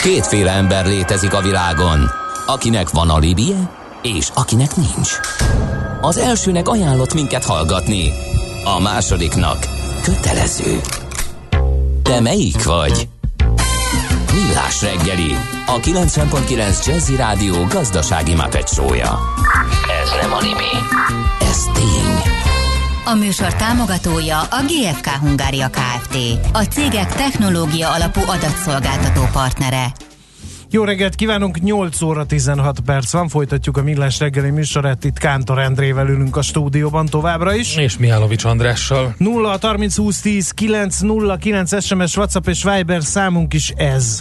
Kétféle ember létezik a világon, akinek van alibije, és akinek nincs. Az elsőnek ajánlott minket hallgatni, a másodiknak kötelező. Te melyik vagy? Millás reggeli, a 90.9 Jazzy Rádió gazdasági Muppet show-ja. Ez nem anime, ez tény. A műsor támogatója a GFK Hungária Kft. A cégek technológia alapú adatszolgáltató partnere. Jó reggelt kívánunk, 8 óra 16 perc van, folytatjuk a Millás reggeli műsorát, itt Kántor Endrével ülünk a stúdióban továbbra is. És Mihálovics Andrással. 0 30 20 10 909 SMS, WhatsApp és Viber számunk is ez.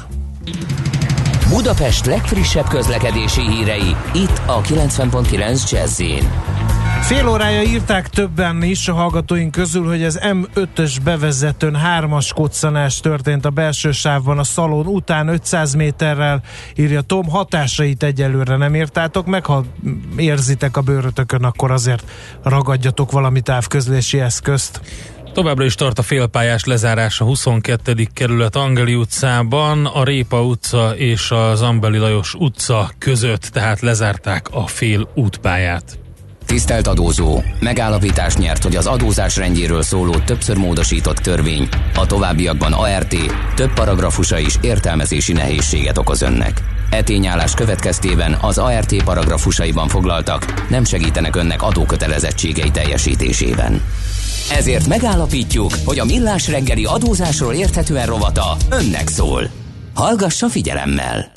Budapest legfrissebb közlekedési hírei, itt a 90.9 Jazzyn. Fél órája írták többen is a hallgatóink közül, hogy az M5-ös bevezetőn 3-as koccanás történt a belső sávban a Szalon után 500 méterrel, írja Tom. Hatásait egyelőre nem értátok meg, ha érzitek a bőrötökön, akkor azért ragadjatok valami távközlési eszközt. Továbbra is tart a félpályás lezárás a 22. kerület Angeli utcában, a Répa utca és a Zambeli Lajos utca között, tehát lezárták a fél útpályát. Tisztelt adózó, megállapítás nyert, hogy az adózás rendjéről szóló többször módosított törvény a továbbiakban ART több paragrafusa is értelmezési nehézséget okoz önnek. E tényállás következtében az ART paragrafusaiban foglaltak nem segítenek önnek adókötelezettségei teljesítésében. Ezért megállapítjuk, hogy a Millás reggeli adózásról érthetően rovata önnek szól. Hallgassa figyelemmel!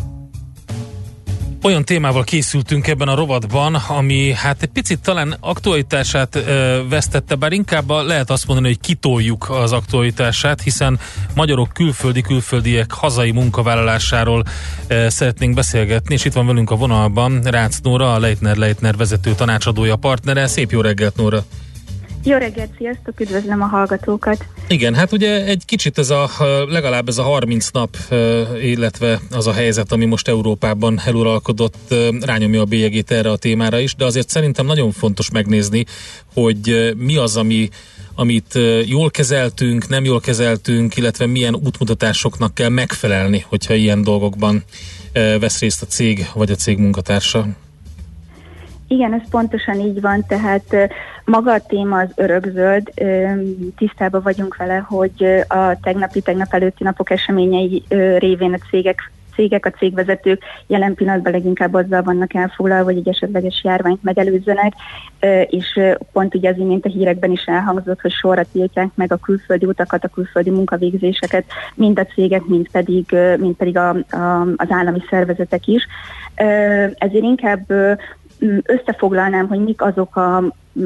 Olyan témával készültünk ebben a rovatban, ami hát egy picit talán aktualitását vesztette, bár inkább lehet azt mondani, hogy kitoljuk az aktualitását, hiszen magyarok külföldiek hazai munkavállalásáról szeretnénk beszélgetni, és itt van velünk a vonalban Rácz Nóra, a Leitner vezető tanácsadója, partnere. Szép jó reggelt, Nóra! Jó reggelt, sziasztok, üdvözlöm a hallgatókat! Igen, hát ugye egy kicsit legalább ez a 30 nap, illetve az a helyzet, ami most Európában eluralkodott, rányomja a bélyegét erre a témára is, de azért szerintem nagyon fontos megnézni, hogy mi az, amit jól kezeltünk, nem jól kezeltünk, illetve milyen útmutatásoknak kell megfelelni, hogyha ilyen dolgokban vesz részt a cég vagy a cég munkatársa. Igen, ez pontosan így van, tehát maga a téma az örökzöld, tisztában vagyunk vele, hogy a tegnap előtti napok eseményei révén a cégek, a cégvezetők jelen pillanatban leginkább azzal vannak elfoglalva, hogy egy esetleges járványt megelőzzenek, és pont ugye az imént a hírekben is elhangzott, hogy sorra tiltják meg a külföldi utakat, a külföldi munkavégzéseket, mind a cégek, mind pedig az állami szervezetek is. Ezért inkább összefoglalnám, hogy mik azok a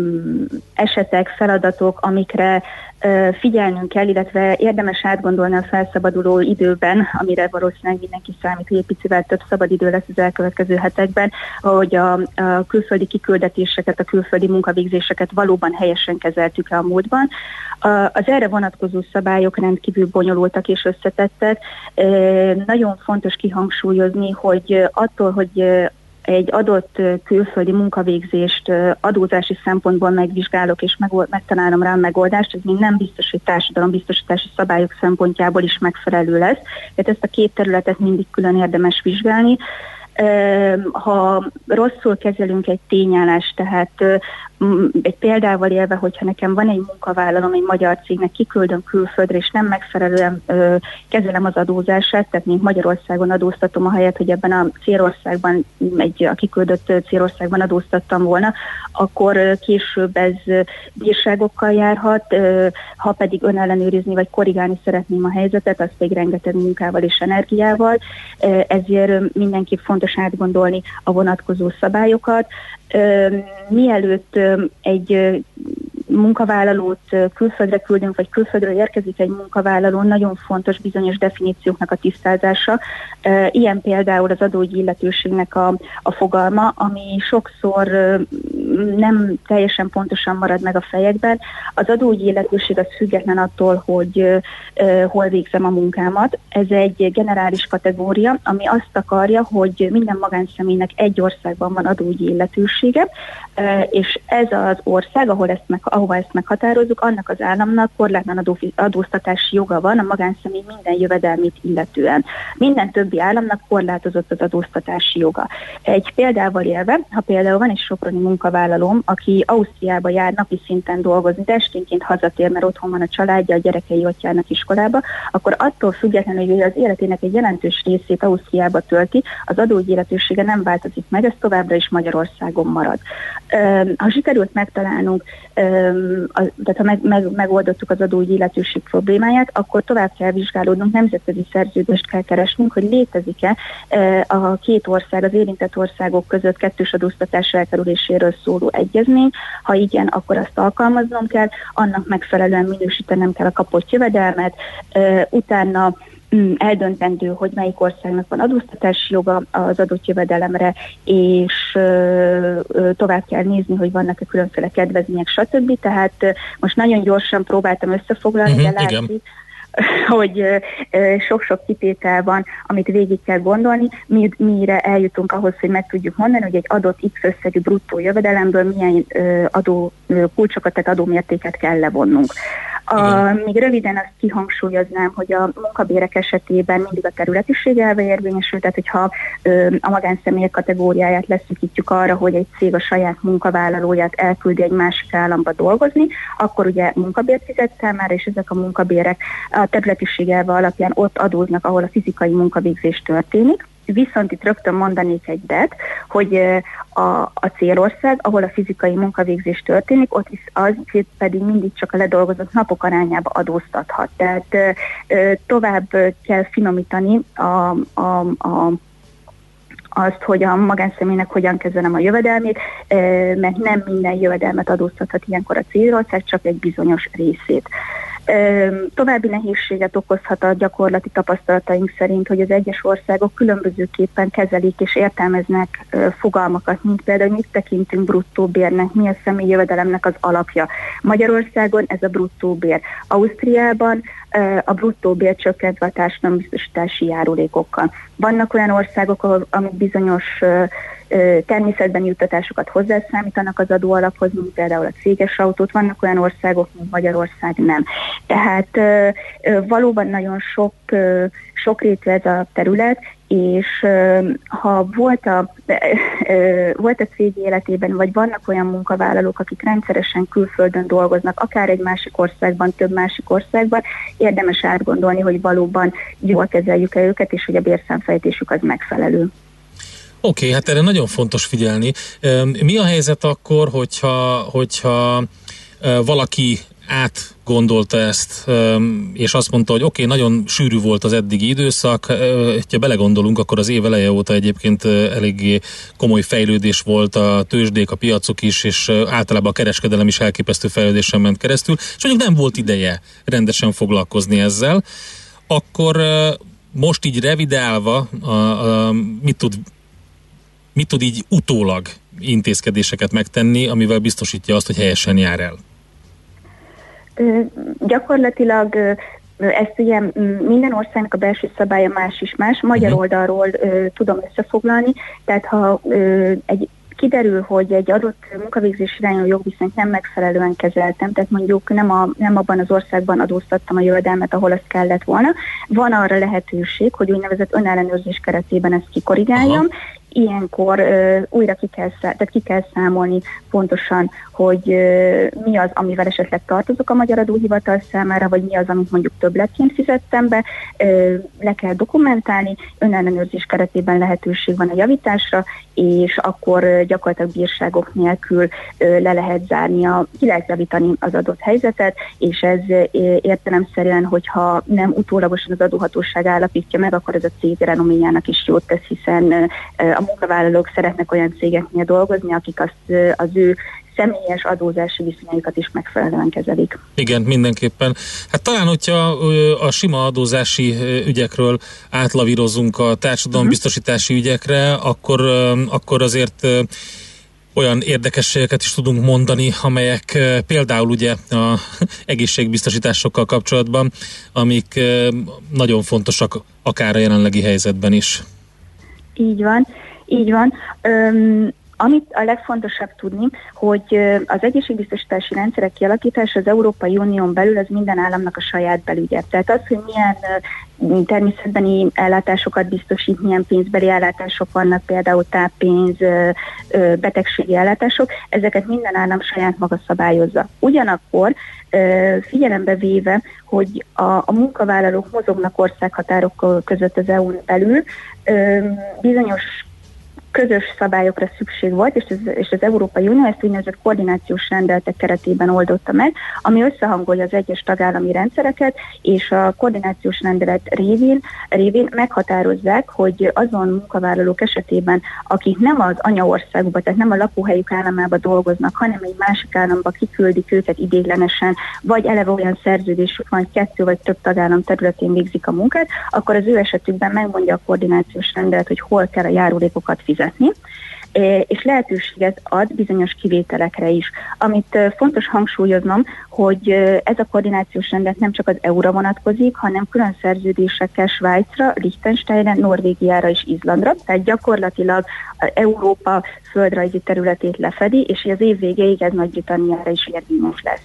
esetek, feladatok, amikre figyelnünk kell, illetve érdemes átgondolni a felszabaduló időben, amire valószínűleg mindenki számít, hogy egy picivel több szabadidő lesz az elkövetkező hetekben, hogy a külföldi kiküldetéseket, a külföldi munkavégzéseket valóban helyesen kezeltük a múltban. Az erre vonatkozó szabályok rendkívül bonyolultak és összetettek. Nagyon fontos kihangsúlyozni, hogy attól, hogy egy adott külföldi munkavégzést adózási szempontból megvizsgálok és megtalálom rá a megoldást, ez még nem biztos, hogy társadalombiztosítási szabályok szempontjából is megfelelő lesz. Tehát ezt a két területet mindig külön érdemes vizsgálni. Ha rosszul kezelünk egy tényállást, tehát egy példával élve, hogyha nekem van egy munkavállalom, egy magyar cégnek kiküldöm külföldre, és nem megfelelően kezelem az adózását, tehát mint Magyarországon adóztatom, ahelyett, hogy ebben a célországban, a kiküldött célországban adóztattam volna, akkor később ez bírságokkal járhat, ha pedig önellenőrizni vagy korrigálni szeretném a helyzetet, az pedig rengeteg munkával és energiával, ezért mindenképp fontos átgondolni a vonatkozó szabályokat. Mielőtt egy munkavállalót külföldre küldünk, vagy külföldről érkezik egy munkavállaló, nagyon fontos bizonyos definícióknak a tisztázása. Ilyen például az adóügyi illetőségnek a fogalma, ami sokszor nem teljesen pontosan marad meg a fejekben. Az adóügyi illetőség az független attól, hogy hol végzem a munkámat. Ez egy generális kategória, ami azt akarja, hogy minden magánszemélynek egy országban van adóügyi illetősége, és ez az ország, ahol ahova ezt meghatározzuk, annak az államnak korlátlan adóztatási joga van a magánszemély minden jövedelmét illetően. Minden többi államnak korlátozott az adóztatási joga. Egy példával élve, ha például van egy soproni munkavállalóm, aki Ausztriába jár napi szinten dolgozni, de esténként hazatér, mert otthon van a családja, a gyerekei ott járnak iskolába, akkor attól függetlenül, hogy az életének egy jelentős részét Ausztriába tölti, az adóügyletősége nem változik meg, ez továbbra is Magyarországon marad. Ha sikerült megtalálnunk, tehát ha megoldottuk az adóügyi illetőség problémáját, akkor tovább kell vizsgálódnunk, nemzetközi szerződést kell keresnünk, hogy létezik-e a két ország, az érintett országok között kettős adóztatás elkerüléséről szóló egyezmény. Ha igen, akkor azt alkalmaznom kell, annak megfelelően minősítenem kell a kapott jövedelmet, utána eldöntendő, hogy melyik országnak van adóztatási joga az adott jövedelemre, és tovább kell nézni, hogy vannak-e különféle kedvezmények, stb. Tehát most nagyon gyorsan próbáltam összefoglalni, de látszik, hogy sok-sok kitétel van, amit végig kell gondolni, mire eljutunk ahhoz, hogy meg tudjuk mondani, hogy egy adott X összegű bruttó jövedelemből milyen adó kulcsokat, tehát adómértéket kell levonnunk. Még röviden azt kihangsúlyoznám, hogy a munkabérek esetében mindig a területiség elve érvényesül, tehát hogyha a magánszemélyek kategóriáját leszűkítjük arra, hogy egy cég a saját munkavállalóját elküldi egy másik államba dolgozni, akkor ugye munkabért fizet számára, és ezek a munkabérek a területiség elve alapján ott adóznak, ahol a fizikai munkavégzés történik. Viszont itt rögtön mondanék egy det, hogy a célország, ahol a fizikai munkavégzés történik, ott is az pedig mindig csak a ledolgozott napok arányába adóztathat. Tehát tovább kell finomítani azt, hogy a magánszemélynek hogyan kezelem a jövedelmét, mert nem minden jövedelmet adóztathat ilyenkor a célország, csak egy bizonyos részét. További nehézséget okozhat a gyakorlati tapasztalataink szerint, hogy az egyes országok különbözőképpen kezelik és értelmeznek fogalmakat, mint például, hogy mit tekintünk bruttó bérnek, mi a személyi jövedelemnek az alapja. Magyarországon ez a bruttó bér. Ausztriában a bruttó bér csökkentve a társadalombiztosítási járulékokkal. Vannak olyan országok, amik bizonyos természetbeni juttatásokat hozzászámítanak az adóalaphoz, mint például a céges autót, vannak olyan országok, mint Magyarország nem. Tehát valóban nagyon sokrétű ez a terület, és ha volt a cég életében, vagy vannak olyan munkavállalók, akik rendszeresen külföldön dolgoznak, akár egy másik országban, több másik országban, érdemes átgondolni, hogy valóban jól kezeljük-e őket, és hogy a bérszámfejtésük az megfelelő. Oké, hát erre nagyon fontos figyelni. Mi a helyzet akkor, hogyha valaki átgondolta ezt, és azt mondta, hogy oké, nagyon sűrű volt az eddigi időszak, ha belegondolunk, akkor az év eleje óta egyébként eléggé komoly fejlődés volt, a tőzsdék, a piacok is, és általában a kereskedelem is elképesztő fejlődésen ment keresztül, és mondjuk nem volt ideje rendesen foglalkozni ezzel, akkor most így revidálva mit tud így utólag intézkedéseket megtenni, amivel biztosítja azt, hogy helyesen jár el? Gyakorlatilag ezt ugye minden országnak a belső szabálya más is más. Magyar oldalról tudom összefoglalni, tehát ha kiderül, hogy egy adott munkavégzés irányuló jogviszonyt nem megfelelően kezeltem, tehát mondjuk nem abban az országban adóztattam a jövedelmet, ahol azt kellett volna, van arra lehetőség, hogy úgynevezett önellenőrzés keretében ezt kikorrigáljam. Ilyenkor újra ki kell számolni pontosan, hogy mi az, amivel esetleg tartozok a Magyar Adóhivatal számára, vagy mi az, amit mondjuk többletként fizettem be, le kell dokumentálni, önellenőrzés keretében lehetőség van a javításra, és akkor gyakorlatilag bírságok nélkül ki lehet javítani az adott helyzetet, és ez értelemszerűen, hogyha nem utólagosan az adóhatóság állapítja meg, akkor ez a cég renoméjának is jót tesz, hiszen a munkavállalók szeretnek olyan cégeknél dolgozni, akik az ő személyes adózási viszonyaikat is megfelelően kezelik. Igen, mindenképpen. Hát talán, hogyha a sima adózási ügyekről átlavírozunk a társadalombiztosítási ügyekre, akkor azért olyan érdekességeket is tudunk mondani, amelyek például ugye a egészségbiztosításokkal kapcsolatban, amik nagyon fontosak akár a jelenlegi helyzetben is. Így van. Amit a legfontosabb tudni, hogy az egészségbiztosítási rendszerek kialakítása az Európai Unión belül az minden államnak a saját belügye. Tehát az, hogy milyen természetbeni ellátásokat biztosít, milyen pénzbeli ellátások vannak, például táppénz, betegségi ellátások, ezeket minden állam saját maga szabályozza. Ugyanakkor figyelembe véve, hogy a munkavállalók mozognak országhatárok között az EU-n belül, bizonyos közös szabályokra szükség volt, és az Európai Unió ezt úgynevezett koordinációs rendeletek keretében oldotta meg, ami összehangolja az egyes tagállami rendszereket, és a koordinációs rendelet révén meghatározzák, hogy azon munkavállalók esetében, akik nem az anyaországukban, tehát nem a lakóhelyük államában dolgoznak, hanem egy másik államba kiküldik őket idéglenesen, vagy eleve olyan szerződésük van, hogy 2 vagy több tagállam területén végzik a munkát, akkor az ő esetükben megmondja a koordinációs rendelet, hogy hol kell a járulékokat fizetni, és lehetőséget ad bizonyos kivételekre is. Amit fontos hangsúlyoznom, hogy ez a koordinációs rendelet nem csak az EU-ra vonatkozik, hanem külön szerződésekkel Svájcra, Liechtensteinre, Norvégiára és Izlandra, tehát gyakorlatilag Európa földrajzi területét lefedi, és az év végéig ez Nagy-Britanniára is érvényes lesz.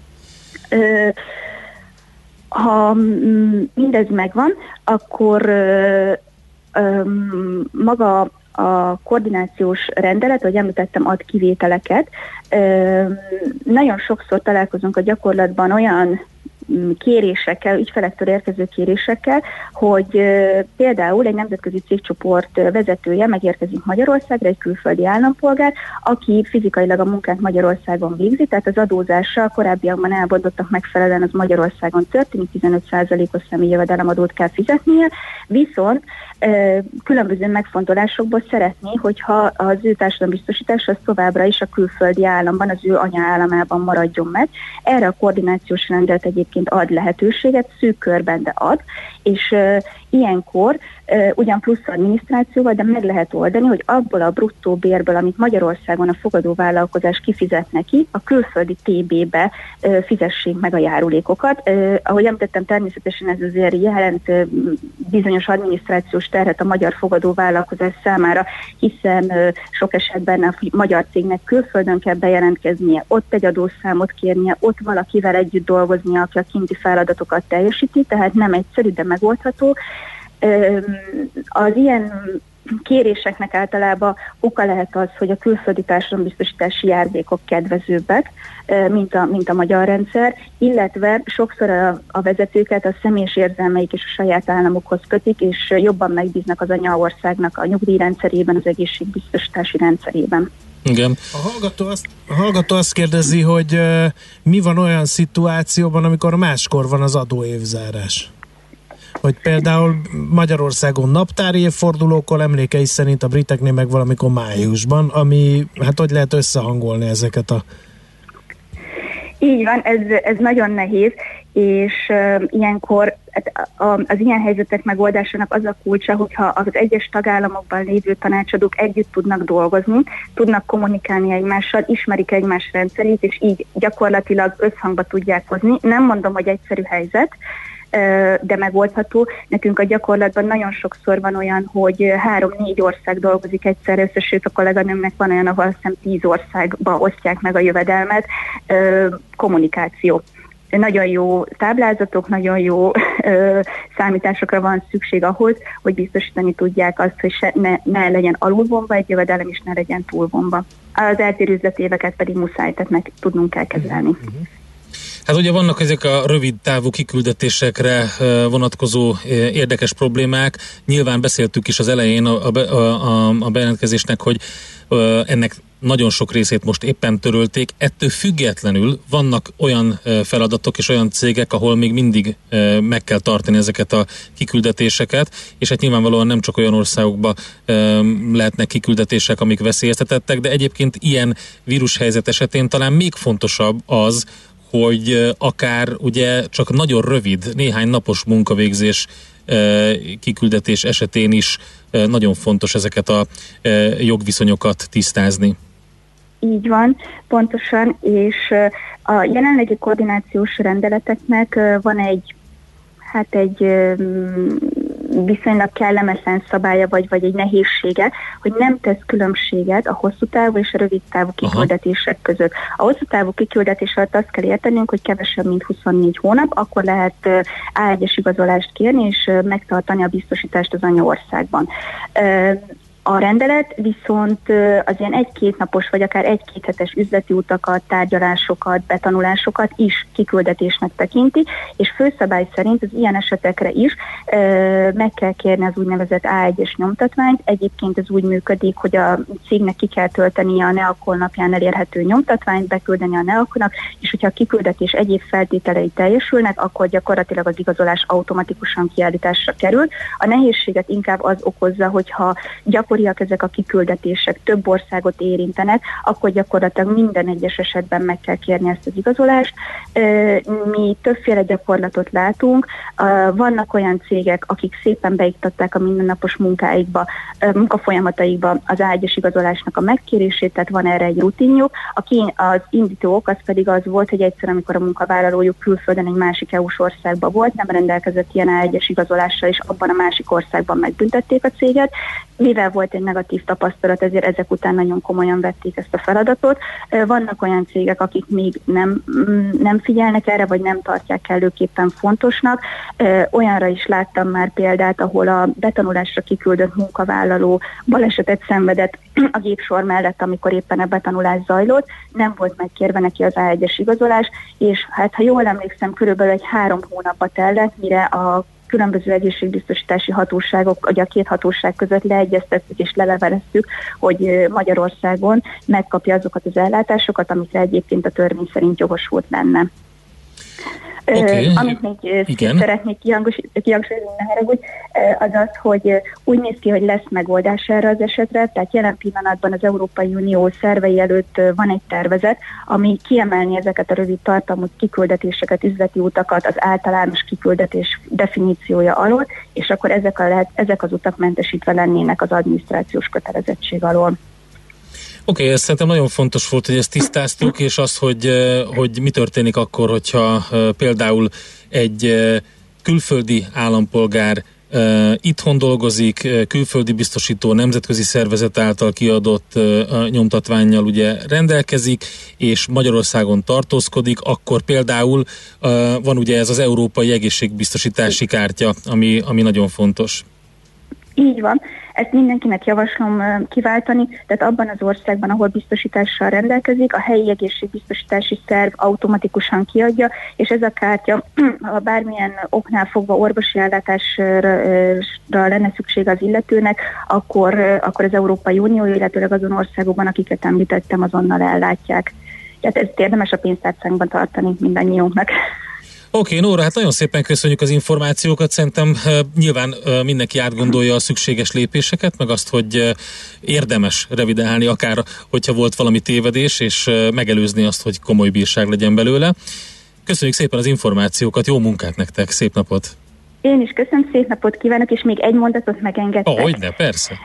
Ha mindez megvan, akkor maga a koordinációs rendelet, ahogy említettem, ad kivételeket. Nagyon sokszor találkozunk a gyakorlatban olyan kérésekkel, ügyfelektől érkező kérésekkel, hogy például egy nemzetközi cégcsoport vezetője megérkezik Magyarországra, egy külföldi állampolgár, aki fizikailag a munkát Magyarországon végzi, tehát az adózása a korábbiakban elmondottak megfelelően az Magyarországon történik, 15%-os személyi jövedelemadót kell fizetnie, viszont különböző megfontolásokból szeretné, hogyha az ő társadalombiztosítása az továbbra is a külföldi államban, az ő anyaállamában maradjon meg. Erre a koordinációs rendelet egyébként ad lehetőséget, szűk körben, de ad, és ilyenkor ugyan plusz adminisztrációval, de meg lehet oldani, hogy abból a bruttó bérből, amit Magyarországon a fogadó vállalkozás kifizet neki, a külföldi TB-be fizessék meg a járulékokat. Ahogy említettem, természetesen ez azért jelent bizonyos adminisztrációs terhet a magyar fogadó vállalkozás számára, hiszen sok esetben a magyar cégnek külföldön kell bejelentkeznie, ott egy adószámot kérnie, ott valakivel együtt dolgoznia, aki a kinti feladatokat teljesíti, tehát nem egyszerű, de megoldható. Az ilyen kéréseknek általában oka lehet az, hogy a külföldi társadalombiztosítási járulékok kedvezőbbek, mint a magyar rendszer, illetve sokszor a vezetőket a személyes érzelmeik és a saját államukhoz kötik, és jobban megbíznak az anyaországnak a nyugdíjrendszerében, az egészségbiztosítási rendszerében. Igen. A hallgató azt kérdezi, hogy mi van olyan szituációban, amikor máskor van az adóévzárás? Hogy például Magyarországon naptári évfordulókor, emlékei szerint a briteknél meg valamikor májusban, ami, hát hogy lehet összehangolni ezeket a... Így van, ez nagyon nehéz, és ilyenkor az ilyen helyzetek megoldásának az a kulcsa, hogyha az egyes tagállamokban lévő tanácsadók együtt tudnak dolgozni, tudnak kommunikálni egymással, ismerik egymás rendszerét, és így gyakorlatilag összhangba tudják hozni. Nem mondom, hogy egyszerű helyzet, de megoldható. Nekünk a gyakorlatban nagyon sokszor van olyan, hogy 3-4 ország dolgozik egyszerre össze, sőt a kolléganőmnek van olyan, ahol azt hiszem 10 országba osztják meg a jövedelmet. Kommunikáció. Nagyon jó táblázatok, nagyon jó számításokra van szükség ahhoz, hogy biztosítani tudják azt, hogy ne legyen alulvonva egy jövedelem, és ne legyen túlvonva. Az eltérő üzletéveket pedig muszáj, tehát tudnunk kell kezelni. Hát ugye vannak ezek a rövid távú kiküldetésekre vonatkozó érdekes problémák. Nyilván beszéltük is az elején a bejelentkezésnek, hogy ennek nagyon sok részét most éppen törölték. Ettől függetlenül vannak olyan feladatok és olyan cégek, ahol még mindig meg kell tartani ezeket a kiküldetéseket, és hát nyilvánvalóan nem csak olyan országokba lehetnek kiküldetések, amik veszélyeztetettek, de egyébként ilyen vírushelyzet esetén talán még fontosabb az, hogy akár ugye csak nagyon rövid, néhány napos munkavégzés kiküldetés esetén is nagyon fontos ezeket a jogviszonyokat tisztázni. Így van, pontosan, és a jelenlegi koordinációs rendeleteknek van egy viszonylag kellemetlen szabálya, vagy egy nehézsége, hogy nem tesz különbséget a hosszú távú és a rövid távú kiküldetések között. A hosszú távú kiküldetés alatt azt kell értenünk, hogy kevesebb, mint 24 hónap, akkor lehet A1-es igazolást kérni, és megtartani a biztosítást az anyaországban. A rendelet viszont az ilyen 1-2 napos, vagy akár 1-2 hetes üzleti utakat, tárgyalásokat, betanulásokat is kiküldetésnek tekinti, és főszabály szerint az ilyen esetekre is meg kell kérni az úgynevezett A1-es nyomtatványt. Egyébként ez úgy működik, hogy a cégnek ki kell töltenie a NEAK honlapján elérhető nyomtatványt, beküldeni a NEAK-nak, és hogyha a kiküldetés egyéb feltételei teljesülnek, akkor gyakorlatilag az igazolás automatikusan kiállításra kerül. A nehézséget inkább az okozza, hogyha gyakoriak ezek a kiküldetések, több országot érintenek, akkor gyakorlatilag minden egyes esetben meg kell kérni ezt az igazolást. Mi többféle gyakorlatot látunk. Vannak olyan cégek, akik szépen beiktatták a mindennapos munkafolyamataikba az A1-es igazolásnak a megkérését, tehát van erre egy rutinjuk. Az indító ok az pedig az volt, hogy egyszer, amikor a munkavállalójuk külföldön egy másik EU-s országban volt, nem rendelkezett ilyen A1-es igazolással, és abban a másik országban megbüntették a céget. Mivel volt egy negatív tapasztalat, ezért ezek után nagyon komolyan vették ezt a feladatot. Vannak olyan cégek, akik még nem figyelnek erre, vagy nem tartják kellőképpen fontosnak. Olyanra is láttam már példát, ahol a betanulásra kiküldött munkavállaló balesetet szenvedett a gépsor mellett, amikor éppen a betanulás zajlott. Nem volt megkérve neki az A1-es igazolás, és hát ha jól emlékszem, körülbelül egy 3 hónapba tellett, mire a különböző egészségbiztosítási hatóságok, ugye a két hatóság között leegyeztettük és leleveleztük, hogy Magyarországon megkapja azokat az ellátásokat, amikre egyébként a törvény szerint jogosult lenne. Amit még szeretnék kihangsúlyozni, ne haragudj, az az, hogy úgy néz ki, hogy lesz megoldás erre az esetre, tehát jelen pillanatban az Európai Unió szervei előtt van egy tervezet, ami kiemelni ezeket a rövid tartalmú kiküldetéseket, üzleti utakat az általános kiküldetés definíciója alól, és akkor ezek az utak mentesítve lennének az adminisztrációs kötelezettség alól. Oké, ez szerintem nagyon fontos volt, hogy ezt tisztáztuk, és az, hogy mi történik akkor, hogyha például egy külföldi állampolgár itthon dolgozik, külföldi biztosító nemzetközi szervezet által kiadott nyomtatvánnyal ugye rendelkezik, és Magyarországon tartózkodik, akkor például van ugye ez az európai egészségbiztosítási kártya, ami nagyon fontos. Így van. Ezt mindenkinek javaslom kiváltani, tehát abban az országban, ahol biztosítással rendelkezik, a helyi egészségbiztosítási szerv automatikusan kiadja, és ez a kártya, ha bármilyen oknál fogva orvosi ellátásra lenne szükség az illetőnek, akkor az Európai Unió, illetőleg azon országokban, akiket említettem, azonnal ellátják. Tehát ezt érdemes a pénztárcánkban tartani mindannyiunknak. Oké, Nóra, hát nagyon szépen köszönjük az információkat, szerintem nyilván mindenki átgondolja a szükséges lépéseket, meg azt, hogy érdemes revidálni akár, hogyha volt valami tévedés, és megelőzni azt, hogy komoly bírság legyen belőle. Köszönjük szépen az információkat, jó munkát nektek, szép napot! Én is köszönöm, szép napot kívánok, és még egy mondatot megengedtek. Hogyne, persze.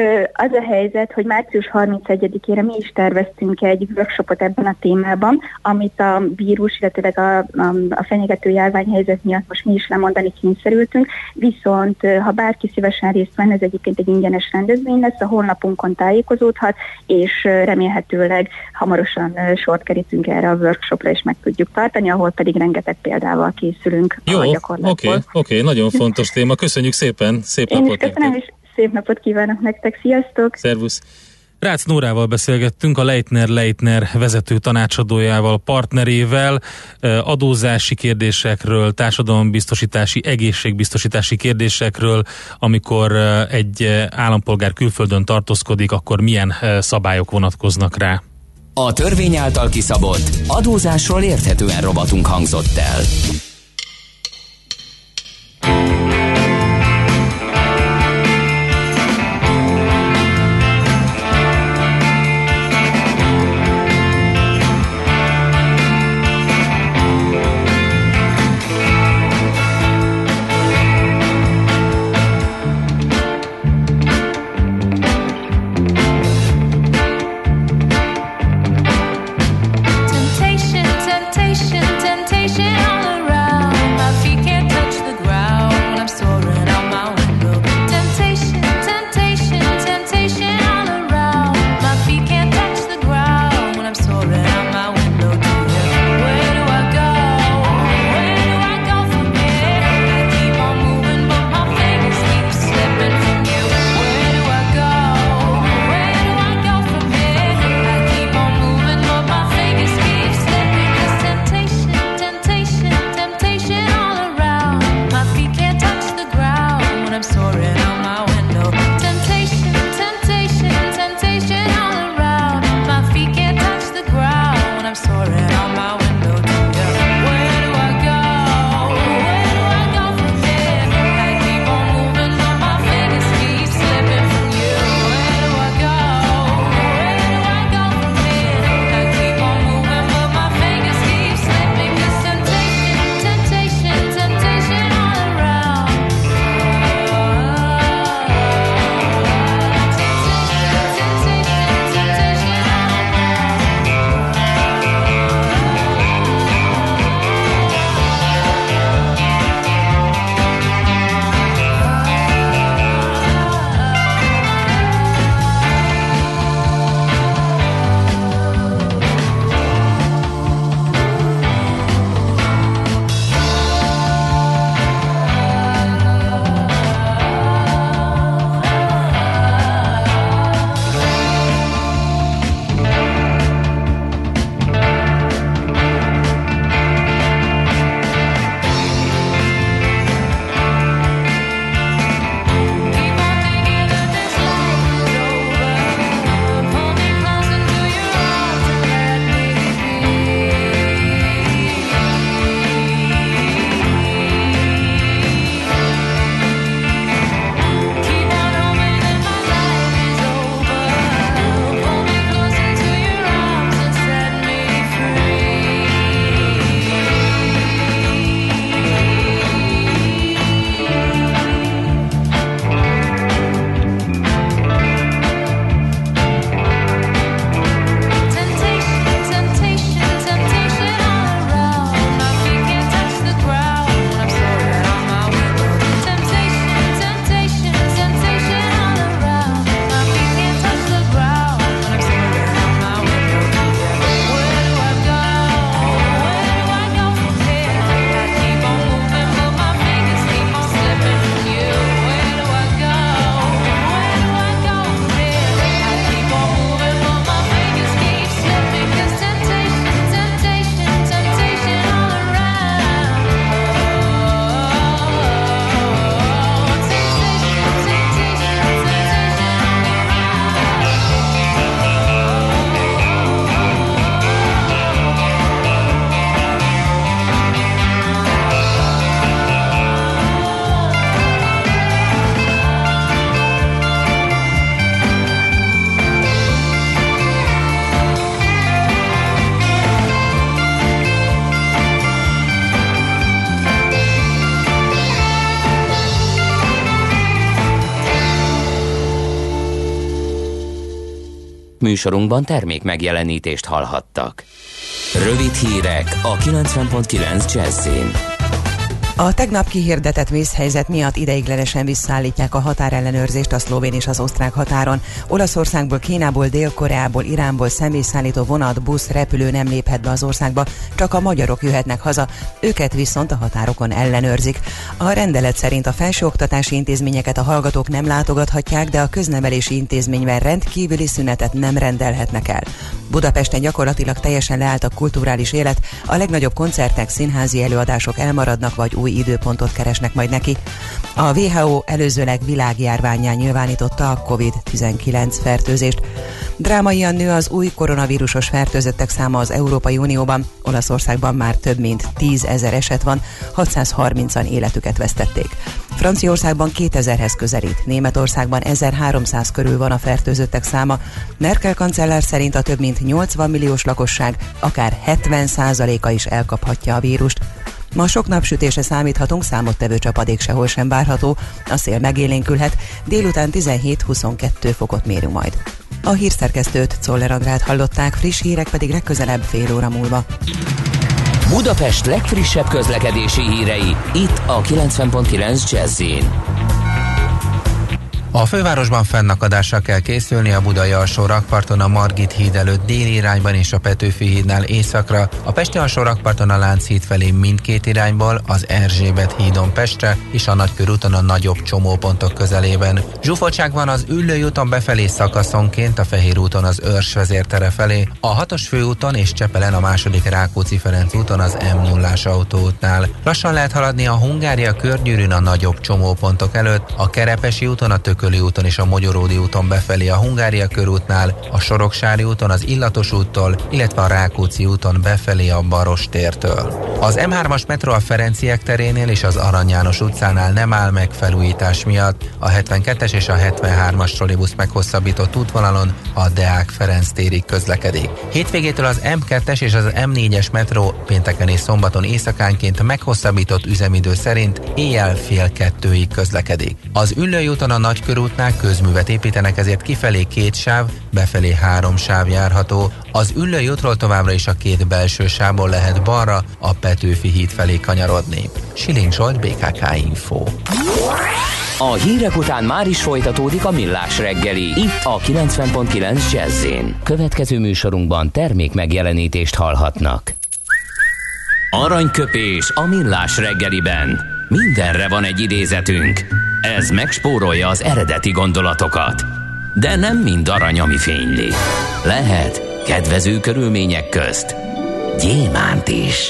Az a helyzet, hogy március 31-ére mi is terveztünk egy workshopot ebben a témában, amit a vírus, illetőleg a fenyegető járványhelyzet miatt most mi is lemondani kényszerültünk, viszont ha bárki szívesen részt venne, ez egyébként egy ingyenes rendezvény lesz, a honlapunkon tájékozódhat, és remélhetőleg hamarosan sort kerítünk erre a workshopra, és meg tudjuk tartani, ahol pedig rengeteg példával készülünk a gyakorlatból. Oké, nagyon fontos téma. Köszönjük szépen, szép napot! Én is köszönöm, és szép napot kívánok nektek. Sziasztok! Szervusz! Rácz Nórával beszélgettünk, a Leitner vezető tanácsadójával, partnerével, adózási kérdésekről, társadalombiztosítási, egészségbiztosítási kérdésekről, amikor egy állampolgár külföldön tartózkodik, akkor milyen szabályok vonatkoznak rá. A törvény által kiszabott adózásról érthetően rovatunk hangzott el. Temptation all around. My feet can't touch the ground. Műsorunkban termék megjelenítést hallhattak. Rövid hírek a 90.9 Jazzyn. A tegnap kihirdetett vészhelyzet miatt ideiglenesen visszaállítják a határellenőrzést a szlovén és az osztrák határon. Olaszországból, Kínából, Dél-Koreából, Iránból személyszállító vonat, busz, repülő nem léphet be az országba, csak a magyarok jöhetnek haza, őket viszont a határokon ellenőrzik. A rendelet szerint a felsőoktatási intézményeket a hallgatók nem látogathatják, de a köznevelési intézményben rendkívüli szünetet nem rendelhetnek el. Budapesten gyakorlatilag teljesen leállt a kulturális élet, a legnagyobb koncertek, színházi előadások elmaradnak, vagy új időpontot keresnek majd neki. A WHO előzőleg világjárvánnyá nyilvánította a COVID-19 fertőzést. Drámaian nő az új koronavírusos fertőzöttek száma az Európai Unióban. Olaszországban már több mint 10 000 eset van, 630-an életüket vesztették. Franciaországban 2000-hez közelít, Németországban 1300 körül van a fertőzöttek száma. Merkel kancellár szerint a több mint 80 milliós lakosság akár 70%-a is elkaphatja a vírust. Ma sok napsütésre számíthatunk, számottevő csapadék sehol sem várható, a szél megélénkülhet, délután 17-22 fokot mérünk majd. A hírszerkesztőt, Czoller Andrát hallották, friss hírek pedig legközelebb fél óra múlva. Budapest legfrissebb közlekedési hírei, itt a 90.9 Jazzyn. A fővárosban fennakadással kell készülni a budai alsó rakparton, a Margit híd előtt déli irányban és a Petőfi hídnál északra, a pesti alsó rakparton a Lánchíd felé mindkét irányból, az Erzsébet hídon Pestre és a Nagykörúton a nagyobb csomópontok közelében. Zsúfoltság van az Üllői úton befelé szakaszonként, a Fehér úton az Őrs vezértere felé, a 6-os főúton és Csepelen a második Rákóczi-Ferenc úton az M0-ás autóútnál. Lassan lehet haladni a Hungária körgyűrűn a nagyobb csomópontok előtt, a Kerepesi úton, a Tököli úton és a Mogyoródi úton befelé a Hungária körútnál, a Soroksári úton az Illatos úttól, illetve a Rákóczi úton befelé a Baros tértől. Az M3-as metró a Ferenciek terénél és az Arany János utcánál nem áll meg felújítás miatt. A 72-es és a 73-as trollibusz meghosszabbított útvonalon a Deák Ferenc térig közlekedik. Hétvégétől az M2-es és az M4-es metró pénteken és szombaton éjszakánként meghosszabbított üzemidő szerint éjjel 1:30 közlekedik. Az Üllői úton a Nagykörútnál közművet építenek, ezért kifelé 2 sáv, befelé 3 sáv járható. Az Üllői útról továbbra is a 2 belső sávból lehet balra, a Petőfi híd felé kanyarodni. Siling Zsolt, BKK Info. A hírek után már is folytatódik a Millás reggeli, itt a 90.9 Jazzyn. Következő műsorunkban termék megjelenítést hallhatnak. Aranyköpés a Millás reggeliben. Mindenre van egy idézetünk. Ez megspórolja az eredeti gondolatokat. De nem mind arany, ami fényli. Lehet kedvező körülmények közt gyémánt is.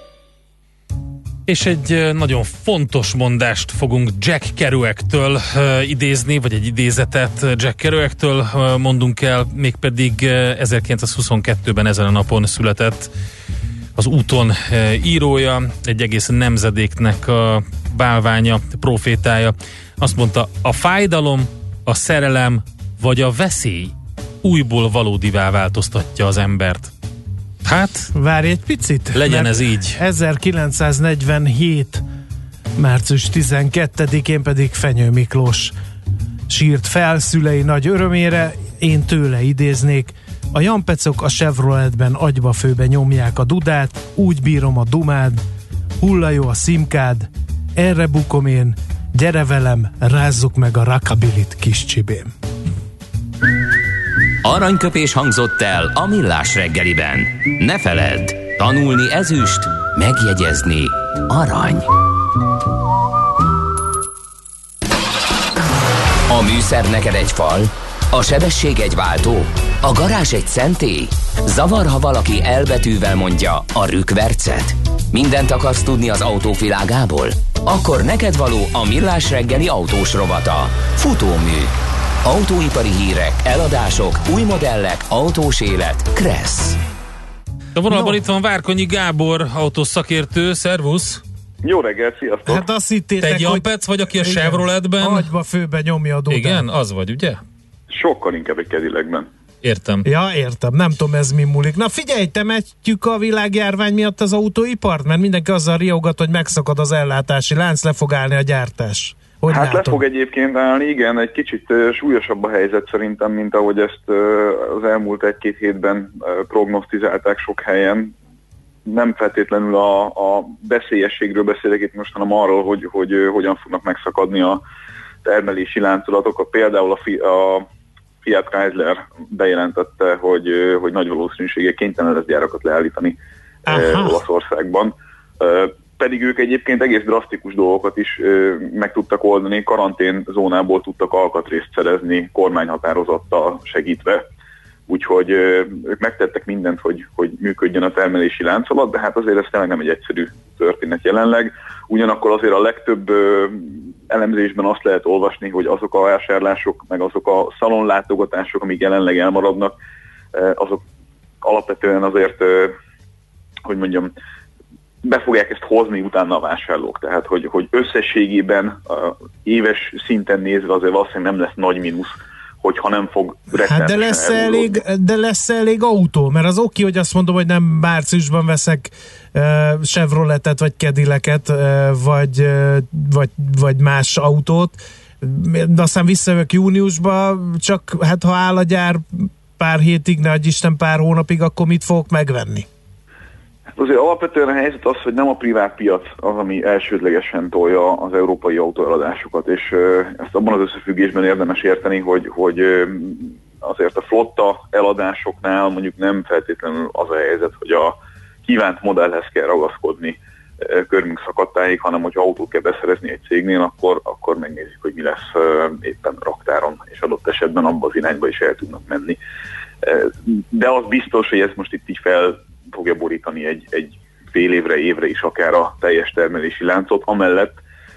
És egy nagyon fontos mondást fogunk Jack Kerouactől idézni, vagy egy idézetet Jack Kerouactől mondunk el, mégpedig 1922-ben ezen a napon született az úton írója, egy egész nemzedéknek a bálványa, profétája. Azt mondta, a fájdalom, a szerelem vagy a veszély újból valódivá változtatja az embert. Hát, várj egy picit. Legyen ez így. 1947. március 12-én pedig Fenyő Miklós sírt fel szülei nagy örömére, én tőle idéznék. A jampecok a Chevroletben agyba-főbe nyomják a dudát, úgy bírom a dumád, hulla jó a szimkád, erre bukom én, gyere velem, rázzuk meg a rockabilit kis csibém. Aranyköpés hangzott el a Millás reggeliben. Ne feledd, tanulni ezüst, megjegyezni arany. A műszer neked egy fal, a sebesség egy váltó, a garázs egy szentély. Zavar, ha valaki elbetűvel mondja a rükvercet. Mindent akarsz tudni az autóvilágából? Akkor neked való a Millás reggeli autós rovata. Futómű. Autóipari hírek, eladások, új modellek, autós élet. Kressz. A vonalban itt van Várkonyi Gábor, autószakértő. Szervusz! Jó reggelt, sziasztok! Hát azt hittétek, te egy Jampec vagy, aki a Chevroletben... agyba főbe nyomja a dudát. Igen, az vagy, ugye? Sokkal inkább egy Cadillacben. Értem. Ja, értem. Nem tudom, ez mi múlik. Na figyelj, temetjük a világjárvány miatt az autóipart, mert mindenki azzal riogat, hogy megszakad az ellátási lánc, le fog állni a gyártás. Hogy hát látod? le fog egyébként állni, igen, egy kicsit súlyosabb a helyzet szerintem, mint ahogy ezt az elmúlt 1-2 hétben prognosztizálták sok helyen. Nem feltétlenül a veszélyességről beszélek itt most, hanem arról, hogy hogyan fognak megszakadni a termelési láncolatok. Például a Fiat Chrysler bejelentette, hogy nagy valószínűséggel kénytelen lesz gyárakat leállítani Olaszországban. Pedig ők egyébként egész drasztikus dolgokat is meg tudtak oldani, karanténzónából tudtak alkatrészt szerezni kormányhatározattal segítve. Úgyhogy ők megtettek mindent, hogy működjön a termelési láncolat, de hát azért ez tényleg nem egy egyszerű történet jelenleg. Ugyanakkor azért a legtöbb elemzésben azt lehet olvasni, hogy azok a vásárlások, meg azok a szalonlátogatások, amik jelenleg elmaradnak, azok alapvetően azért, hogy mondjam, be fogják ezt hozni utána a vásárlók. Tehát, hogy összességében éves szinten nézve azért valószínűleg nem lesz nagy mínusz, hogyha nem fog rettenetesen de lesz elég autó, mert az oké, hogy azt mondom, hogy nem márciusban veszek Chevroletet, vagy Cadillacet, vagy más autót, de aztán visszajövök júniusba, csak hát ha áll a gyár pár hétig, ne adj Isten pár hónapig, akkor mit fogok megvenni? Azért alapvetően a helyzet az, hogy nem a privát piac az, ami elsődlegesen tolja az európai autóeladásokat, és ezt abban az összefüggésben érdemes érteni, hogy azért a flotta eladásoknál mondjuk nem feltétlenül az a helyzet, hogy a kívánt modellhez kell ragaszkodni körmünk szakadtáig, hanem hogyha autót kell beszerezni egy cégnél, akkor megnézzük, hogy mi lesz éppen raktáron, és adott esetben abba az irányba is el tudnak menni. De az biztos, hogy ez most itt így fel fogja borítani egy fél évre is akár a teljes termelési láncot, amellett,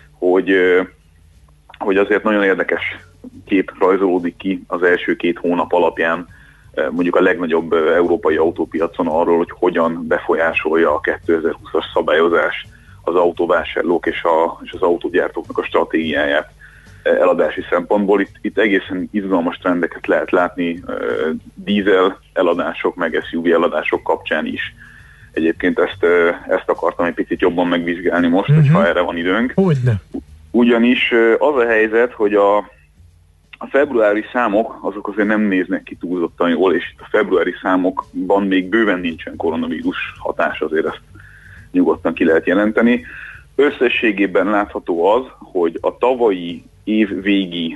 hogy azért nagyon érdekes kép rajzolódik ki az első 2 hónap alapján mondjuk a legnagyobb európai autópiacon arról, hogy hogyan befolyásolja a 2020-as szabályozás az autóvásárlók és az autógyártóknak a stratégiáját eladási szempontból. Itt egészen izgalmas trendeket lehet látni dízel eladások, meg SUV eladások kapcsán is. Egyébként ezt akartam egy picit jobban megvizsgálni most, hogyha erre van időnk. Hogyne. Ugyanis az a helyzet, hogy a februári számok azok azért nem néznek ki túlzottan jól, és itt a februári számokban még bőven nincsen koronavírus hatás, azért ezt nyugodtan ki lehet jelenteni. Összességében látható az, hogy a tavalyi év végi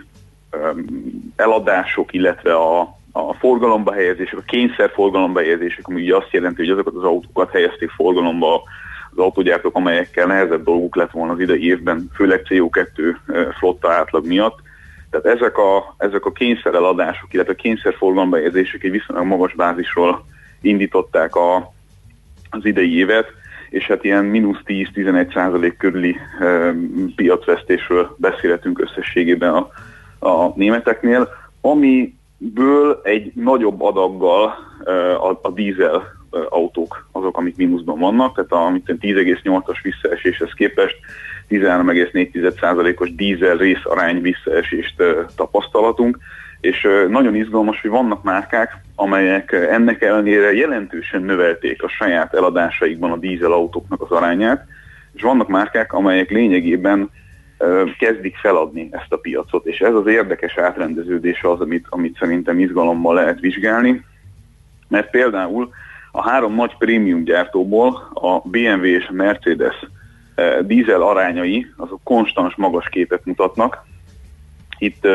eladások, illetve a forgalomba helyezések, a kényszer forgalomba helyezések, ami ugye azt jelenti, hogy azokat az autókat helyezték forgalomba az autógyártók, amelyekkel nehezebb dolguk lett volna az idei évben, főleg CO2 flotta átlag miatt. Tehát ezek a kényszer eladások, illetve a kényszer forgalomba helyezések egy viszonylag magas bázisról indították az idei évet, és hát ilyen -10-11% körüli piacvesztésről beszélhetünk összességében a németeknél, amiből egy nagyobb adaggal a dízel autók azok, amik mínuszban vannak, tehát a 10,8-as visszaeséshez képest 13,4%-os dízel részarány visszaesést tapasztalatunk, és nagyon izgalmas, hogy vannak márkák, amelyek ennek ellenére jelentősen növelték a saját eladásaikban a dízel autóknak az arányát, és vannak márkák, amelyek lényegében kezdik feladni ezt a piacot, és ez az érdekes átrendeződés az, amit szerintem izgalommal lehet vizsgálni, mert például a 3 nagy prémium gyártóból a BMW és a Mercedes dízel arányai azok konstans magas képet mutatnak. Itt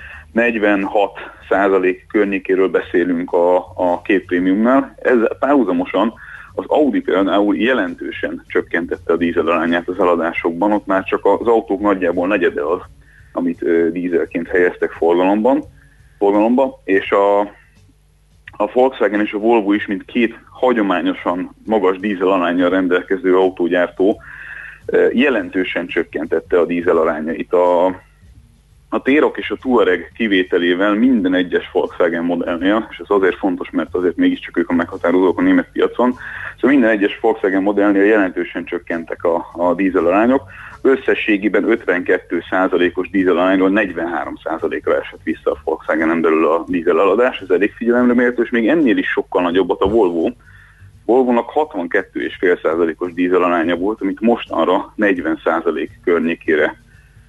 46% környékéről beszélünk a 2 prémiumnál. Ezzel párhuzamosan az Audi például jelentősen csökkentette a dízel arányát az eladásokban, ott már csak az autók nagyjából negyede az, amit dízelként helyeztek forgalomba, és a Volkswagen és a Volvo is, mint 2 hagyományosan magas dízel aránnyal rendelkező autógyártó jelentősen csökkentette a dízel arányait. A T-Roc és a Touareg kivételével minden egyes Volkswagen modellnél, és ez azért fontos, mert azért mégiscsak ők a meghatározók a német piacon, szóval minden egyes Volkswagen modellnél jelentősen csökkentek a dízel arányok. Összességében 52%-os dízel arányról 43%-ra esett vissza a Volkswagen-en belül a dízel eladás, ez elég figyelemre méltó, és még ennél is sokkal nagyobbat a Volvo. Volvo-nak 62,5%-os dízel aránya volt, amit mostanra 40% környékére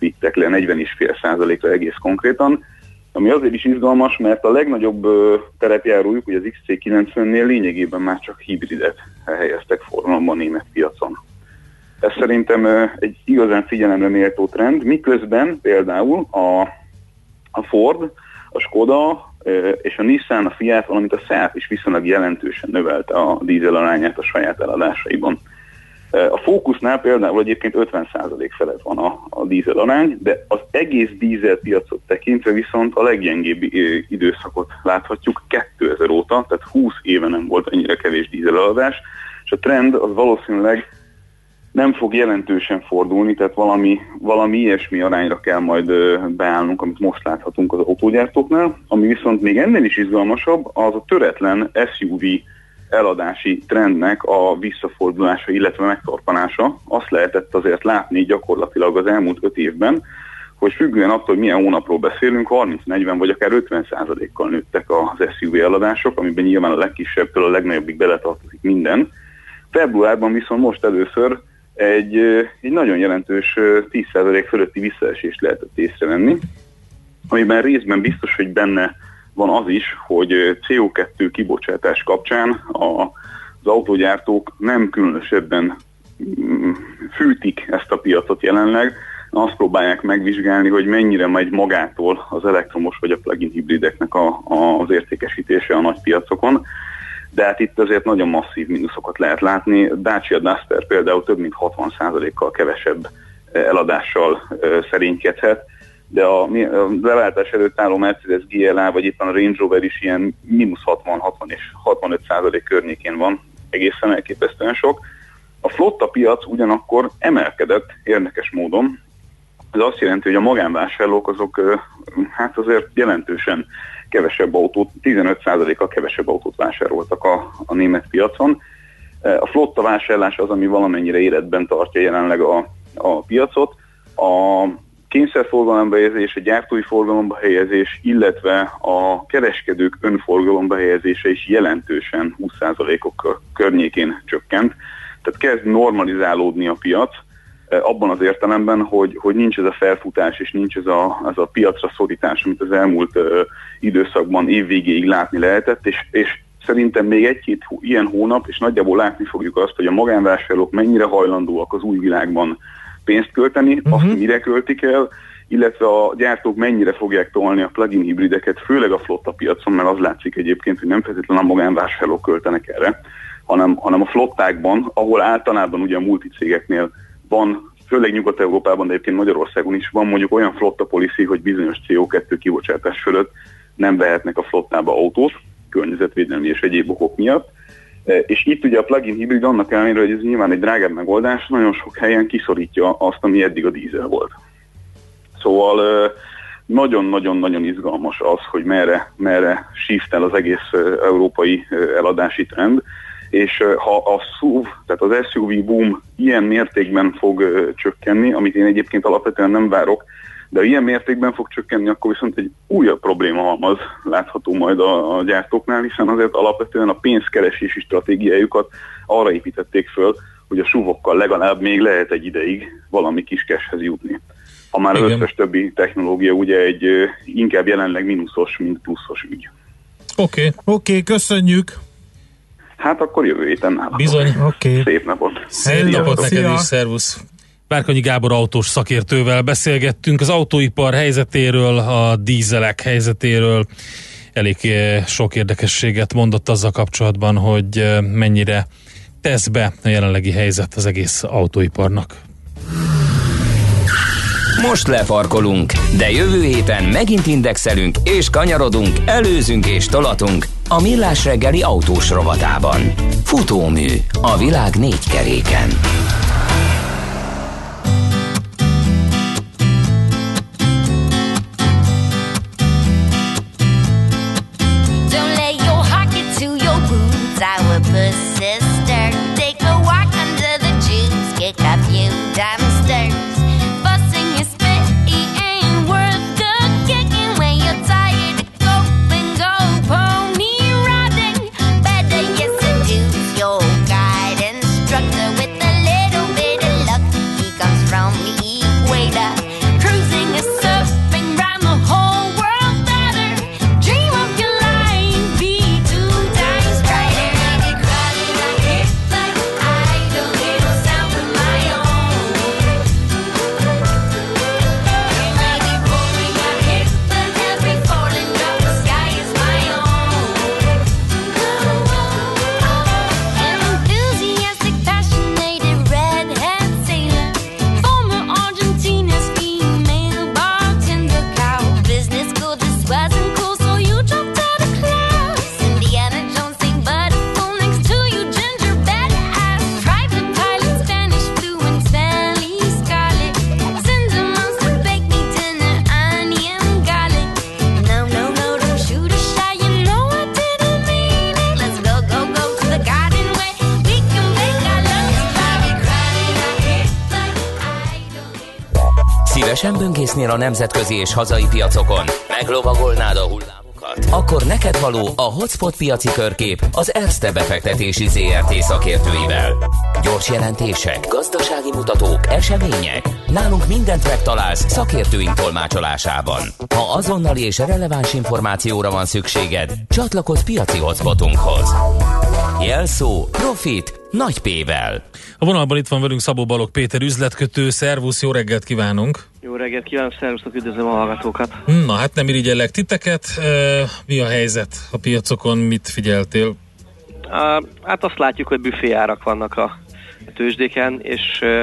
vittek le 40,5%-ra egész konkrétan, ami azért is izgalmas, mert a legnagyobb terepjárójuk, ugye az XC90-nél lényegében már csak hibridet helyeztek forgalomban a német piacon. Ez szerintem egy igazán figyelemre méltó trend, miközben például a Ford, a Skoda és a Nissan, a Fiat, valamint a Seat is viszonylag jelentősen növelte a dízel arányát a saját eladásaiban. A Focusnál például egyébként 50% felett van a dízel arány, de az egész dízel piacot tekintve viszont a leggyengébb időszakot láthatjuk 2000 óta, tehát 20 éve nem volt annyira kevés dízel eladás, és a trend az valószínűleg nem fog jelentősen fordulni, tehát valami ilyesmi arányra kell majd beállnunk, amit most láthatunk az autógyártóknál. Ami viszont még ennél is izgalmasabb, az a töretlen SUV eladási trendnek a visszafordulása, illetve megtorpanása. Azt lehetett azért látni gyakorlatilag az elmúlt 5 évben, hogy függően attól, hogy milyen hónapról beszélünk, 30-40 vagy akár 50%-kal nőttek az SUV eladások, amiben nyilván a legkisebbtől a legnagyobbig beletartozik minden. Februárban viszont most először egy nagyon jelentős 10% fölötti visszaesést lehetett észrevenni, amiben részben biztos, hogy benne van az is, hogy CO2 kibocsátás kapcsán az autógyártók nem különösebben fűtik ezt a piacot jelenleg, azt próbálják megvizsgálni, hogy mennyire megy magától az elektromos vagy a plug-in hibrideknek az értékesítése a nagy piacokon. De hát itt azért nagyon masszív mínuszokat lehet látni. Dacia Duster például több mint 60%-kal kevesebb eladással szerénykedhet, de a leváltás előtt álló Mercedes GLA vagy éppen a Range Rover is ilyen mínusz 60 és 65% környékén van, egészen elképesztően sok. A flotta piac ugyanakkor emelkedett érdekes módon. Ez azt jelenti, hogy a magánvásárlók azok hát azért jelentősen kevesebb autót, 15%-kal kevesebb autót vásároltak a német piacon. A flotta vásárlás az, ami valamennyire életben tartja jelenleg a piacot. A kényszerforgalomba helyezés, a gyártói forgalomba helyezés, illetve a kereskedők önforgalomba helyezése is jelentősen 20%-ok környékén csökkent. Tehát kezd normalizálódni a piac, abban az értelemben, hogy nincs ez a felfutás és nincs ez a piacra szorítás, amit az elmúlt időszakban évvégéig látni lehetett, és szerintem még egy-két ilyen hónap, és nagyjából látni fogjuk azt, hogy a magánvásárlók mennyire hajlandóak az új világban pénzt költeni, azt mire költik el, illetve a gyártók mennyire fogják tolni a plug-in hibrideket, főleg a flotta piacon, mert az látszik egyébként, hogy nem feltétlenül a magánvásárlók költenek erre, hanem a flottákban, ahol általában ugye a multicégeknél van, főleg Nyugat-Európában, de egyébként Magyarországon is van mondjuk olyan flotta policy, hogy bizonyos CO2 kibocsátás fölött nem vehetnek a flottába autót, környezetvédelmi és egyéb okok miatt. És itt ugye a plug-in hibrid annak ellenére, hogy ez nyilván egy drágább megoldás, nagyon sok helyen kiszorítja azt, ami eddig a dízel volt. Szóval nagyon-nagyon-nagyon izgalmas az, hogy merre shift el az egész európai eladási trend, és ha a SUV, tehát az SUV boom ilyen mértékben fog csökkenni, amit én egyébként alapvetően nem várok, de ha ilyen mértékben fog csökkenni, akkor viszont egy újabb problémahalmaz látható majd a gyártóknál, hiszen azért alapvetően a pénzkeresési stratégiájukat arra építették föl, hogy a SUV-okkal legalább még lehet egy ideig valami kis cashhez jutni. Ha már az összes többi technológia ugye egy inkább jelenleg mínuszos, mint pluszos ügy. Oké, köszönjük! Hát akkor jövő héten nálatok. Bizony. Szép napot! Szép napot neked is, szervusz! Várkonyi Gábor autós szakértővel beszélgettünk az autóipar helyzetéről, a dízelek helyzetéről. Elég sok érdekességet mondott azzal kapcsolatban, hogy mennyire tesz be a jelenlegi helyzet az egész autóiparnak. Most lefarkolunk, de jövő héten megint indexelünk és kanyarodunk, előzünk és tolatunk a Millás reggeli autós rovatában. Futómű a világ 4 keréken. With a little Szívesen böngésznél a nemzetközi és hazai piacokon? Meglovagolnád a hullámokat? Akkor neked való a Hotspot piaci körkép az Erste befektetési ZRT szakértőivel. Gyors jelentések, gazdasági mutatók, események. Nálunk mindent megtalálsz szakértőink tolmácsolásában. Ha azonnali és releváns információra van szükséged, csatlakozz piaci hotspotunkhoz. Jelszó Profit nagy P-vel. A vonalban itt van velünk Szabó Balogh Péter üzletkötő. Szervusz, jó reggelt kívánunk! Jó reggelt kívánok, szervusztok, üdvözlöm a hallgatókat! Na hát nem irigyellek titeket. Mi a helyzet a piacokon, mit figyeltél? Hát azt látjuk, hogy büféárak vannak a tőzsdéken, és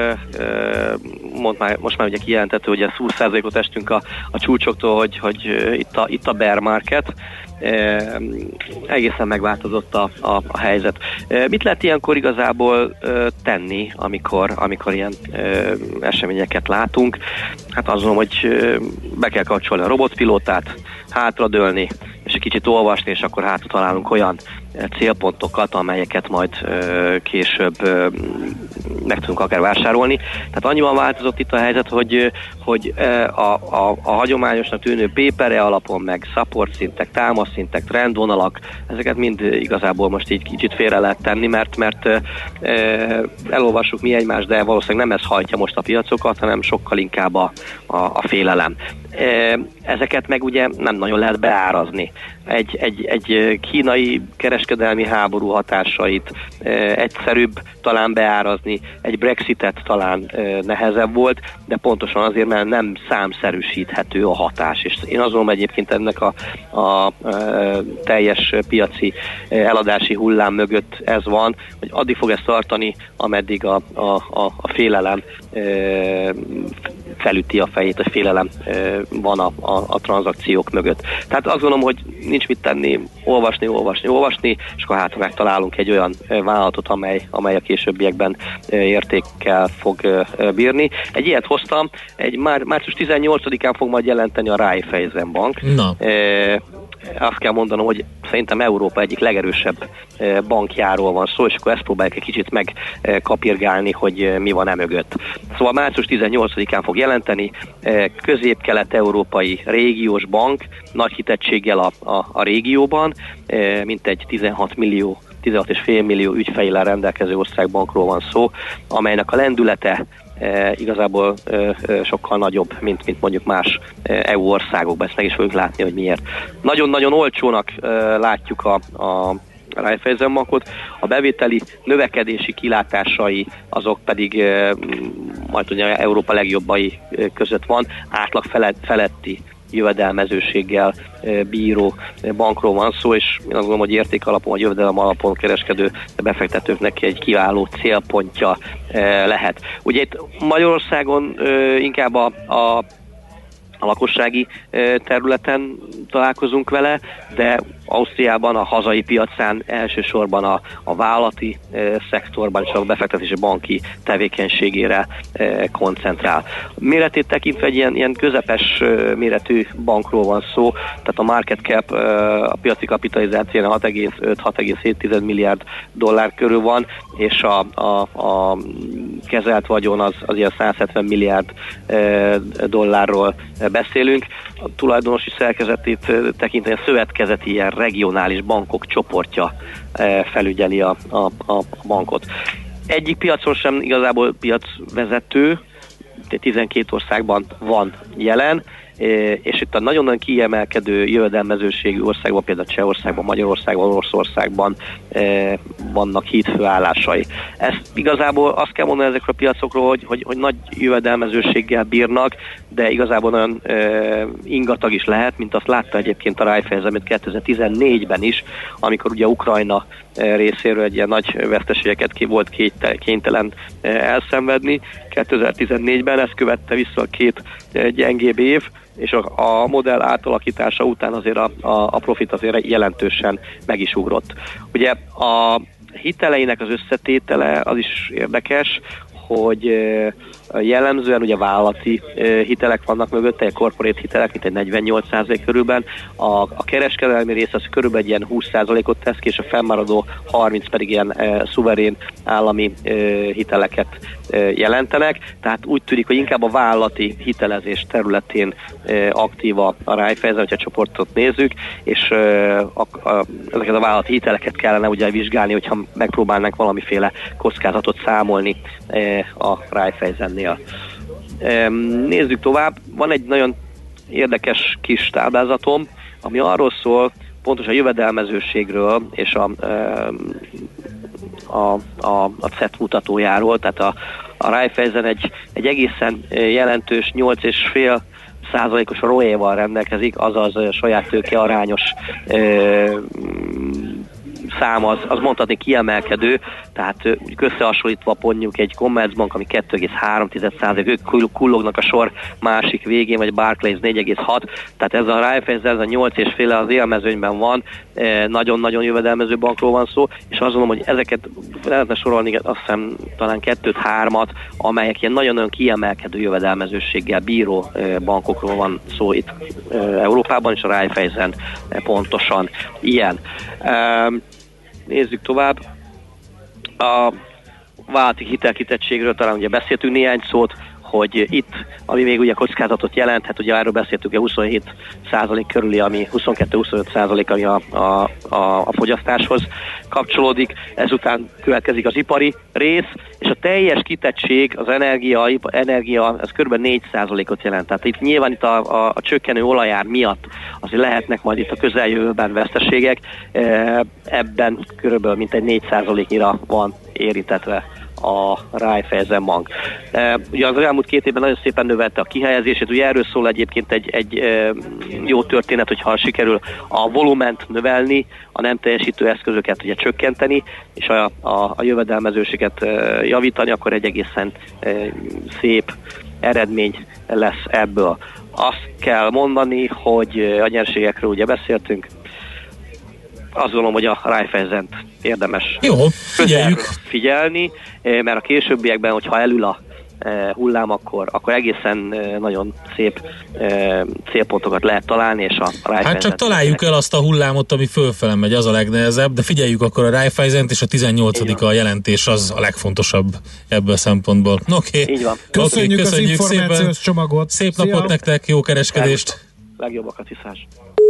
most már ugye kijelenthető, hogy 20%-ot estünk a csúcsoktól, hogy itt a bear market. Egészen megváltozott a helyzet. Mit lehet ilyenkor igazából tenni, amikor ilyen eseményeket látunk? Hát azt mondom, hogy be kell kapcsolni a robotpilótát, hátradőlni, és egy kicsit olvasni, és akkor hátra találunk olyan célpontokat, amelyeket majd később meg tudunk akár vásárolni. Tehát annyiban változott itt a helyzet, hogy a hagyományosnak tűnő pépere alapon, meg support szintek, támaszszintek, trendvonalak, ezeket mind igazából most így kicsit félre lehet tenni, mert elolvassuk mi egymást, de valószínűleg nem ez hajtja most a piacokat, hanem sokkal inkább a félelem. Ezeket meg ugye nem nagyon lehet beárazni. Egy kínai kereskedelmi háború hatásait egyszerűbb talán beárazni, egy Brexitet talán nehezebb volt, de pontosan azért, mert nem számszerűsíthető a hatás. És én azt gondolom egyébként ennek a teljes piaci eladási hullám mögött ez van, hogy addig fog ezt tartani, ameddig a félelem felüti a fejét, a félelem van a tranzakciók mögött. Tehát azt gondolom, hogy nincs mit tenni, olvasni, és akkor hát megtalálunk egy olyan vállalatot, amely a későbbiekben értékkel fog bírni. Egy ilyet hoztam, március 18-án fog majd jelenteni a Raiffeisenbank. Azt kell mondanom, hogy szerintem Európa egyik legerősebb bankjáról van szó, és akkor ezt próbáljuk egy kicsit megkapirgálni, hogy mi van mögött. Szóval március 18-án fog jelenteni, közép-kelet-európai régiós bank, nagy hitettséggel a régióban, mintegy 16,5 millió ügyféllel rendelkező országbankról van szó, amelynek a lendülete igazából sokkal nagyobb, mint mondjuk más EU országokban. Ezt meg is fogjuk látni, hogy miért. Nagyon-nagyon olcsónak látjuk a Raiffeisenbankot, a bevételi növekedési kilátásai azok pedig majd ugye Európa legjobbai között van, átlag feletti jövedelmezőséggel bíró bankról van szó, és én azt gondolom, hogy érték alapon, vagy jövedelem alapon kereskedő befektetőknek egy kiváló célpontja lehet. Ugye itt Magyarországon inkább a lakossági területen találkozunk vele, de Ausztriában, a hazai piacán elsősorban a vállalati szektorban és a befektetési banki tevékenységére koncentrál. Méretét tekintve egy ilyen közepes méretű bankról van szó, tehát a market cap, a piaci kapitalizáció 6,5-6,7 milliárd dollár körül van, és a kezelt vagyon az ilyen 170 milliárd dollárról beszélünk. A tulajdonosi szerkezetét tekintve szövetkezeti ilyen regionális bankok csoportja felügyeli a bankot. Egyik piacon sem igazából piacvezető, 12 országban van jelen, és itt a nagyon-nagyon kiemelkedő jövedelmezőségű országban, például Csehországban, Magyarországban, Oroszországban vannak hídfőállásai. Ezt igazából azt kell mondani ezekről a piacokról, hogy nagy jövedelmezőséggel bírnak, de igazából olyan ingatag is lehet, mint azt látta egyébként a Raiffeisen 2014-ben is, amikor ugye Ukrajna részéről egy ilyen nagy veszteségeket volt kénytelen elszenvedni. 2014-ben ezt követte vissza a két gyengébb év, és a modell átalakítása után azért a profit azért jelentősen meg is ugrott. Ugye a hiteleinek az összetétele az is érdekes, hogy jellemzően ugye vállalati hitelek vannak mögötte, corporate hitelek, mint egy 48% körülben. A kereskedelmi rész az körülbelül ilyen 20%-ot tesz ki, és a fennmaradó 30 pedig ilyen szuverén állami hiteleket jelentenek. Tehát úgy tűnik, hogy inkább a vállalati hitelezés területén aktív a Raiffeisen, hogyha a csoportot nézzük, és ezeket a vállalati hiteleket kellene ugye vizsgálni, hogyha megpróbálnánk valamiféle kockázatot számolni a Raiffeisennél. Nézzük tovább. Van egy nagyon érdekes kis táblázatom, ami arról szól, pontosan a jövedelmezőségről és a CET mutatójáról, tehát a Raiffeisen egy egészen jelentős 8,5%-os ROE-val rendelkezik, azaz saját tőke arányos szám az mondhatni kiemelkedő, tehát összehasonlítva mondjuk egy Commerzbank, ami 2,3%, ők kullognak a sor másik végén, vagy Barclays 4,6, tehát ez a Raiffeisen, ez a 8,5 az élmezőnyben van, nagyon-nagyon jövedelmező bankról van szó, és azt gondolom, hogy ezeket lehetne sorolni, azt hiszem talán 2-3-at, amelyek ilyen nagyon-nagyon kiemelkedő jövedelmezőséggel bíró bankokról van szó itt Európában, és a Raiffeisen pontosan ilyen. Nézzük tovább. A vállalati hitelkitettségről talán ugye beszéltünk néhány szót, hogy itt, ami még ugye kockázatot jelent, hát ugye erről beszéltünk, a 27% körüli, ami 22-25%, ami a fogyasztáshoz kapcsolódik. Ezután következik az ipari rész, és a teljes kitettség, az energia ez kb. 4%-ot jelent. Tehát itt nyilván itt a csökkenő olajár miatt azért lehetnek majd itt a közeljövőben veszteségek, ebben kb. Mintegy 4%-nyira van érintetve a Raiffeisen Bank. Ugye az elmúlt 2 évben nagyon szépen növelte a kihelyezését, ugye erről szól egyébként egy jó történet, hogyha sikerül a volument növelni, a nem teljesítő eszközöket ugye csökkenteni, és a jövedelmezőséget javítani, akkor egy egészen szép eredmény lesz ebből. Azt kell mondani, hogy a nyereségekről ugye beszéltünk, azt gondolom, hogy a Raiffeisent érdemes figyelni, mert a későbbiekben, hogyha elül a hullám, akkor egészen nagyon szép célpontokat lehet találni, és a Raiffeisen... Hát csak találjuk el azt a hullámot, ami fölfele megy, az a legnehezebb, de figyeljük akkor a Raiffeisent, és a 18. a jelentés az a legfontosabb ebből a szempontból. Oké. Így van. Köszönjük az információs szépen. Csomagot. Szép napot nektek, jó kereskedést! Legjobbakat viszás!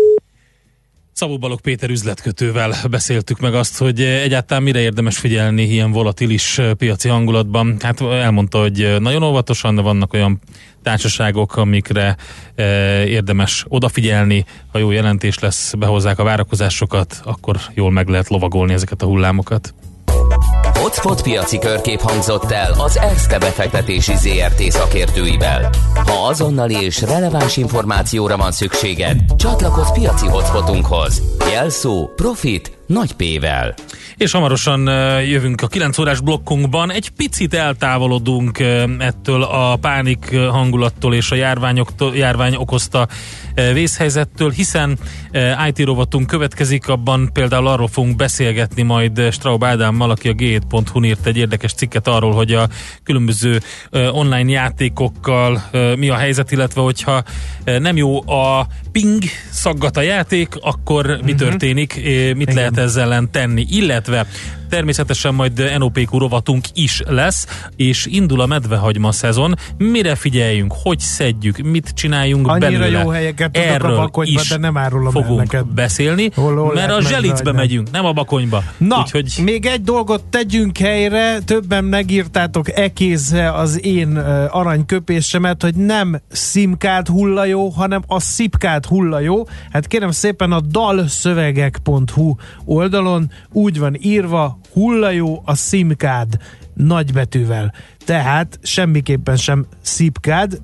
Szabó Balogh Péter üzletkötővel beszéltük meg azt, hogy egyáltalán mire érdemes figyelni ilyen volatilis piaci hangulatban. Hát elmondta, hogy nagyon óvatosan, de vannak olyan társaságok, amikre érdemes odafigyelni. Ha jó jelentés lesz, behozzák a várakozásokat, akkor jól meg lehet lovagolni ezeket a hullámokat. Hotspot piaci körkép hangzott el az Erste befektetési ZRT szakértőivel. Ha azonnali és releváns információra van szükséged, csatlakozz piaci hotspotunkhoz. Jelszó Profit nagy P-vel. És hamarosan jövünk a 9 órás blokkunkban. Egy picit eltávolodunk ettől a pánik hangulattól és a járvány okozta vészhelyzettől, hiszen IT rovatunk következik, abban például arról fogunk beszélgetni majd Straub Ádámmal, aki a G7.hu-n írt egy érdekes cikket arról, hogy a különböző online játékokkal mi a helyzet, illetve hogyha nem jó a ping, szaggat a játék, akkor mi történik, mit lehet ezzel ellen tenni, illetve természetesen majd NOPQ rovatunk is lesz, és indul a medvehagyma szezon. Mire figyeljünk, hogy szedjük, mit csináljunk annyira belőle. Annyira jó helyeket tudok a bakonyba, de nem árulom fogunk neked beszélni, mert a Zselicbe megyünk, nem a bakonyba. Na, úgyhogy... még egy dolgot tegyünk helyre, többen megírtátok ekézze az én aranyköpésemet, hogy nem SIM-kárd hullajó, hanem a SIP-kárd hullajó. Hát kérem szépen a dalszövegek.hu oldalon úgy van írva, hullajó a SIM-kárd nagybetűvel. Tehát semmiképpen sem SIP-kárd.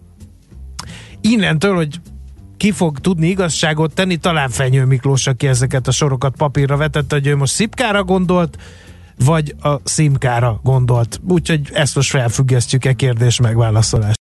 Innentől, hogy ki fog tudni igazságot tenni, talán Fenyő Miklós, aki ezeket a sorokat papírra vetette, hogy ő most SIP-kárra gondolt, vagy a SIM-kárra gondolt. Úgyhogy ezt most felfüggesztjük kérdés megválaszolás.